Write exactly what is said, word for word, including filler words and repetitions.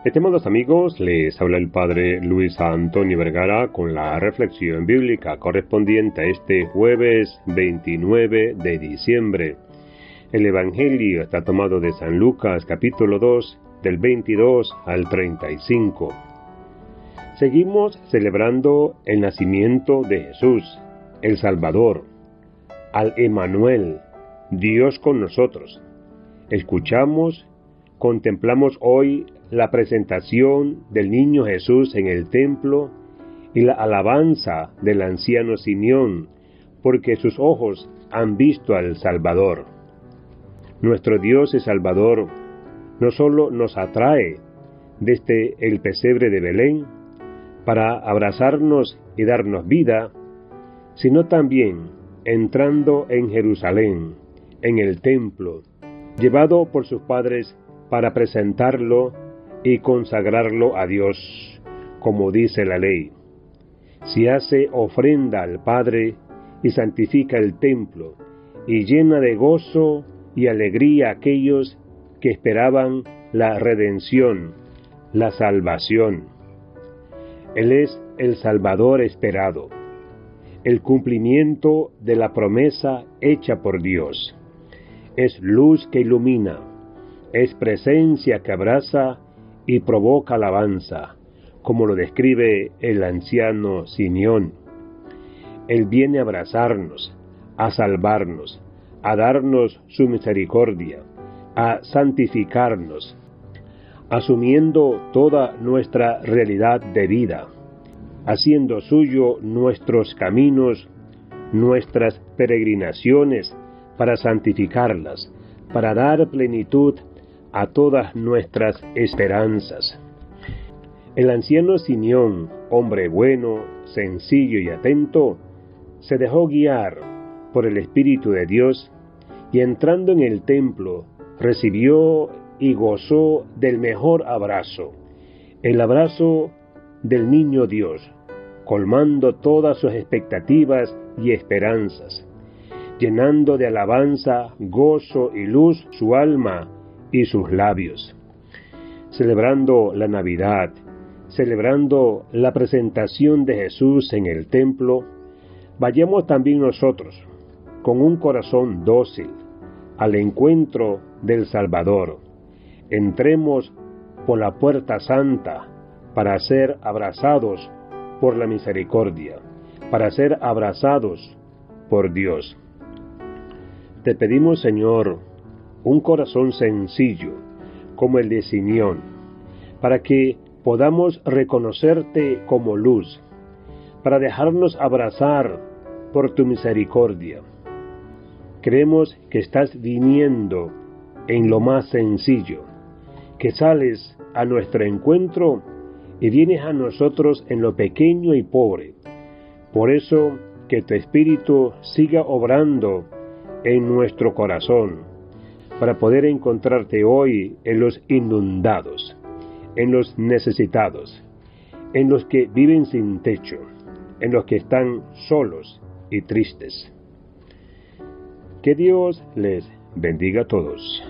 Estimados amigos, les habla el Padre Luis Antonio Vergara con la reflexión bíblica correspondiente a este jueves veintinueve de diciembre. El Evangelio está tomado de San Lucas capítulo dos, del veintidós al treinta y cinco. Seguimos celebrando el nacimiento de Jesús, el Salvador, al Emmanuel, Dios con nosotros. Escuchamos, contemplamos hoy la presentación del niño Jesús en el templo y la alabanza del anciano Simeón, porque sus ojos han visto al Salvador. Nuestro Dios y Salvador no solo nos atrae desde el pesebre de Belén para abrazarnos y darnos vida, sino también entrando en Jerusalén, en el templo, llevado por sus padres para presentarlo y consagrarlo a Dios, como dice la ley. Si hace ofrenda al Padre y santifica el templo, y llena de gozo y alegría a aquellos que esperaban la redención, la salvación. Él es el Salvador esperado, el cumplimiento de la promesa hecha por Dios. Es luz que ilumina, es presencia que abraza y provoca alabanza, como lo describe el anciano Simeón. Él viene a abrazarnos, a salvarnos, a darnos su misericordia, a santificarnos, asumiendo toda nuestra realidad de vida, haciendo suyo nuestros caminos, nuestras peregrinaciones para santificarlas, para dar plenitud a todas nuestras esperanzas. El anciano Simeón, hombre bueno, sencillo y atento, se dejó guiar por el Espíritu de Dios y entrando en el templo recibió y gozó del mejor abrazo, el abrazo del niño Dios, colmando todas sus expectativas y esperanzas, llenando de alabanza, gozo y luz su alma y sus labios. Celebrando la Navidad, celebrando la presentación de Jesús en el templo, vayamos también nosotros, con un corazón dócil, al encuentro del Salvador. Entremos por la puerta santa para ser abrazados por la misericordia, para ser abrazados por Dios. Te pedimos, Señor, un corazón sencillo, como el de Simeón, para que podamos reconocerte como luz, para dejarnos abrazar por tu misericordia. Creemos que estás viniendo en lo más sencillo, que sales a nuestro encuentro y vienes a nosotros en lo pequeño y pobre. Por eso, que tu Espíritu siga obrando en nuestro corazón, para poder encontrarte hoy en los inundados, en los necesitados, en los que viven sin techo, en los que están solos y tristes. Que Dios les bendiga a todos.